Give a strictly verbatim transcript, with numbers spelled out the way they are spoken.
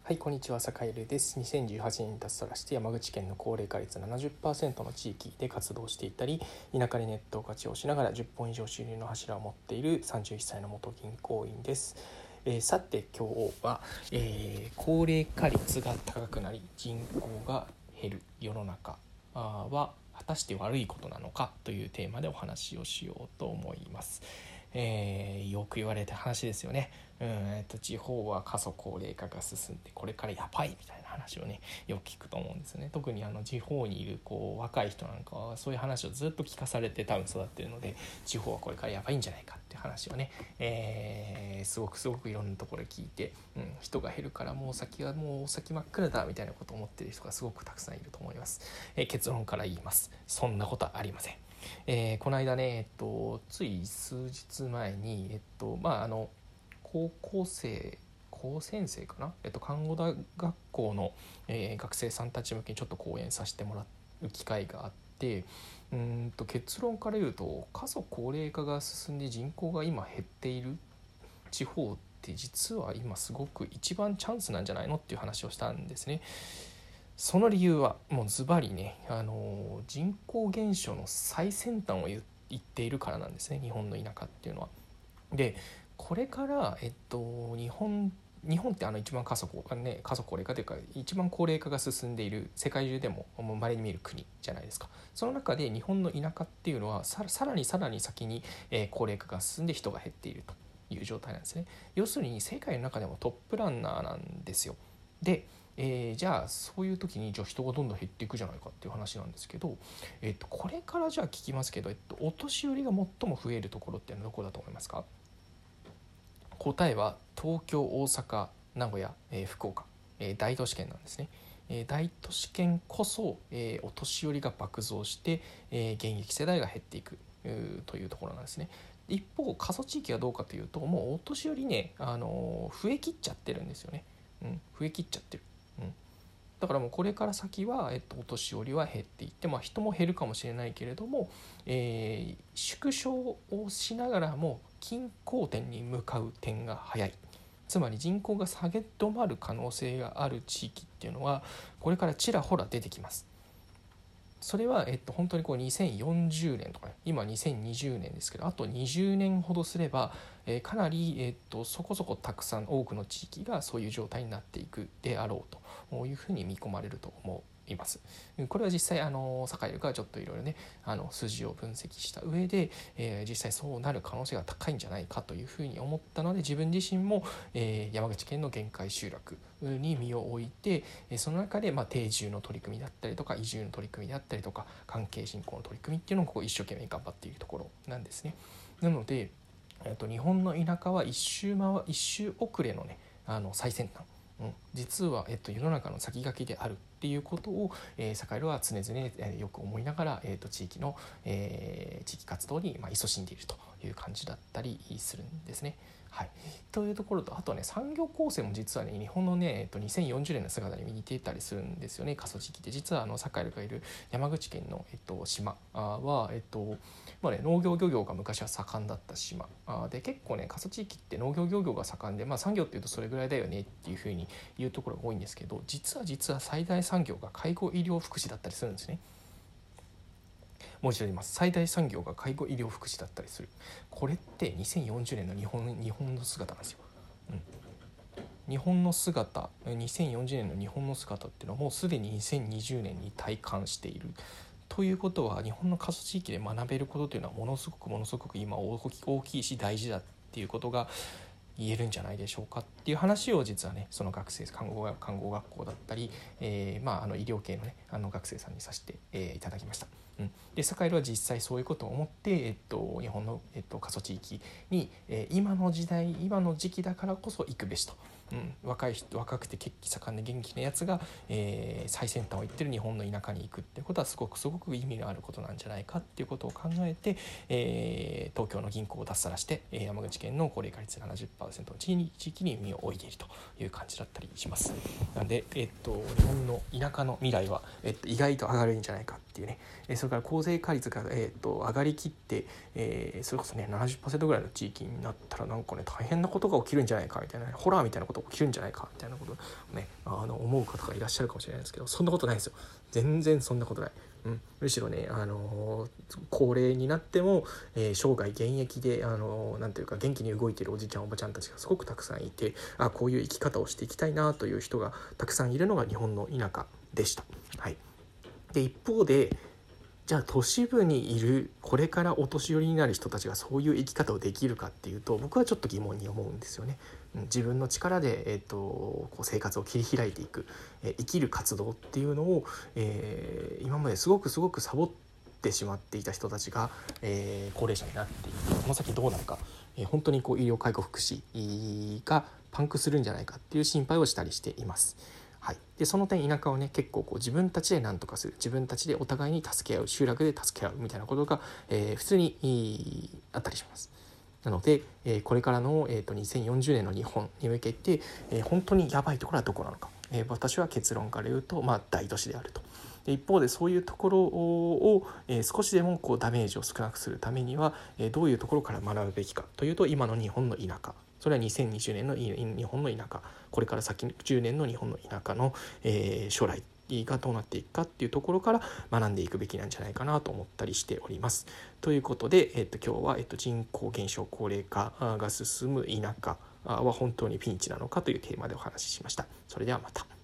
はい、こんにちは、坂井瑠です。にせんじゅうはちねんに脱サラして山口県の高齢化率 ななじゅっパーセント の地域で活動していたり、田舎でネットを活用しながらじゅっぽん以上収入の柱を持っているさんじゅういっさいの元銀行員です。えー、さて今日は、えー、高齢化率が高くなり人口が減る世の中は果たして悪いことなのかというテーマでお話をしようと思います。えー、よく言われた話ですよね。うんえー、と地方は過疎高齢化が進んでこれからやばいみたいな話をねよく聞くと思うんですよね。特にあの地方にいるこう若い人なんかはそういう話をずっと聞かされて多分育っているので、地方はこれからやばいんじゃないかっていう話をね、えー、すごくすごくいろんなところで聞いて、うん、人が減るからもう先はもう先真っ暗だみたいなことを思っている人がすごくたくさんいると思います。えー、結論から言います。そんなことはありません。えー、この間ね、えっと、つい数日前に、えっとまあ、あの高校生高専生かな、えっと、看護学校の、えー、学生さんたち向けにちょっと講演させてもらう機会があって、うーんと結論から言うと過疎高齢化が進んで人口が今減っている地方って実は今すごく一番チャンスなんじゃないのっていう話をしたんですね。その理由はもうズバリね、あの人口減少の最先端を言っているからなんですね、日本の田舎っていうのは。でこれから、えっと、日本日本ってあの一番過疎高、ね、過疎高齢化というか一番高齢化が進んでいる世界中でも稀に見る国じゃないですか。その中で日本の田舎っていうのはささらにさらに先に、えー、高齢化が進んで人が減っているという状態なんですね。要するに世界の中でもトップランナーなんですよ。でえー、じゃあそういう時にじゃあ人がどんどん減っていくじゃないかっていう話なんですけど、えっと、これからじゃあ聞きますけど、えっと、お年寄りが最も増えるところってどこだと思いますか？答えは東京、大阪、名古屋、えー、福岡、えー、大都市圏なんですね。えー、大都市圏こそ、えー、お年寄りが爆増して、えー、現役世代が減っていくというところなんですね。一方過疎地域はどうかというと、もうお年寄りね、あのー、増えきっちゃってるんですよね。うん、増えきっちゃってる。うん、だからもうこれから先は、えっと、お年寄りは減っていって、まあ、人も減るかもしれないけれども、えー、縮小をしながらも均衡点に向かう点が早い。つまり人口が下げ止まる可能性がある地域っていうのはこれからちらほら出てきます。それは、えっと、本当にこうにせんよんじゅうねんとかね、今にせんにじゅうねんですけど、あとにじゅうねんほどすれば、えー、かなり、えっと、そこそこたくさん多くの地域がそういう状態になっていくであろうというふうに見込まれると思います。これは実際あの坂井がちょっといろいろねあの数字を分析した上で、えー、実際そうなる可能性が高いんじゃないかというふうに思ったので、自分自身も、えー、山口県の限界集落に身を置いて、その中でまあ定住の取り組みだったりとか移住の取り組みだったりとか関係人口の取り組みっていうのをここ一生懸命頑張っているところなんですね。なので、えっと、日本の田舎は一周回一周遅れのねあの最先端、うん、実は、えっと、世の中の先駆けであるっていうことを、えー、坂井は常々、えー、よく思いながら、えー、と地域の、えー、地域活動に、まあ、勤しんでいるという感じだったりするんですね。はい、というところと、あとはね産業構成も実はね日本のね、えっと、にせんよんじゅうねんの姿に似ていたりするんですよね。過疎地域って実はあの坂井がいる山口県の、えっと、島は、えっとまあね、農業漁業が昔は盛んだった島で、結構ね過疎地域って農業漁業が盛んで、まあ、産業っていうとそれぐらいだよねっていうふうに言うところが多いんですけど、実は実は最大産業が介護医療福祉だったりするんですね。もう一度言います。最大産業が介護医療福祉だったりする。これってにせんよんじゅうねんの日本、日本の姿なんですよ。うん、日本の姿、にせんよんじゅうねんの日本の姿っていうのはもうすでににせんにじゅうねんに体感している。ということは日本の過疎地域で学べることというのはものすごくものすごく今大きいし大事だっていうことが言えるんじゃないでしょうかっていう話を実はねその学生看護看護学校だったり、えーまあ、あの医療系のねあの学生さんにさせて、えー、いただきました。うん、で坂井は実際そういうことを思って、えっと、日本の、えっと、過疎地域に、えー、今の時代今の時期だからこそ行くべしと。うん、若い人若くて血気盛んで元気なやつが、えー、最先端を行ってる日本の田舎に行くってことはすごくすごく意味のあることなんじゃないかっていうことを考えて、えー、東京の銀行を脱サラして、えー、山口県の高齢化率 ななじゅっパーセント の地域に身を置いているという感じだったりします。なので、えっと、日本の田舎の未来は、えっと、意外と明るいんじゃないかっていうっていうね、えー、それから高税化率が、えー、と上がりきって、えー、それこそね ななじゅっパーセント ぐらいの地域になったらなんかね大変なことが起きるんじゃないかみたいな、ね、ホラーみたいなことが起きるんじゃないかみたいなことをねあの思う方がいらっしゃるかもしれないですけど、そんなことないですよ。全然そんなことない。うん、むしろね、あのー、高齢になっても、えー、生涯現役で、あのー、なんていうか元気に動いているおじちゃんおばちゃんたちがすごくたくさんいて、あこういう生き方をしていきたいなという人がたくさんいるのが日本の田舎でした。はい、で一方でじゃあ都市部にいるこれからお年寄りになる人たちがそういう生き方をできるかっていうと、僕はちょっと疑問に思うんですよね。自分の力で、えー、とこう生活を切り開いていく、えー、生きる活動っていうのを、えー、今まですごくすごくサボってしまっていた人たちが、えー、高齢者になっていくこの先どうなるか、えー、本当にこう医療介護福祉がパンクするんじゃないかっていう心配をしたりしています。はい、でその点田舎をね結構こう自分たちで何とかする、自分たちでお互いに助け合う、集落で助け合うみたいなことが、えー、普通にあったりします。なので、えー、これからの、えー、とにせんよんじゅうねんの日本に向けて、えー、本当にやばいところはどこなのか、えー、私は結論から言うと、まあ、大都市であると。で一方でそういうところを、えー、少しでもこうダメージを少なくするためには、えー、どういうところから学ぶべきかというと、今の日本の田舎、それはにせんにじゅうねんの日本の田舎、これから先じゅうねんの日本の田舎の、えー、将来がどうなっていくかっていうところから学んでいくべきなんじゃないかなと思ったりしております。ということで、えっと、今日は、えっと、人口減少高齢化が進む田舎は本当にピンチなのかというテーマでお話ししました。それではまた。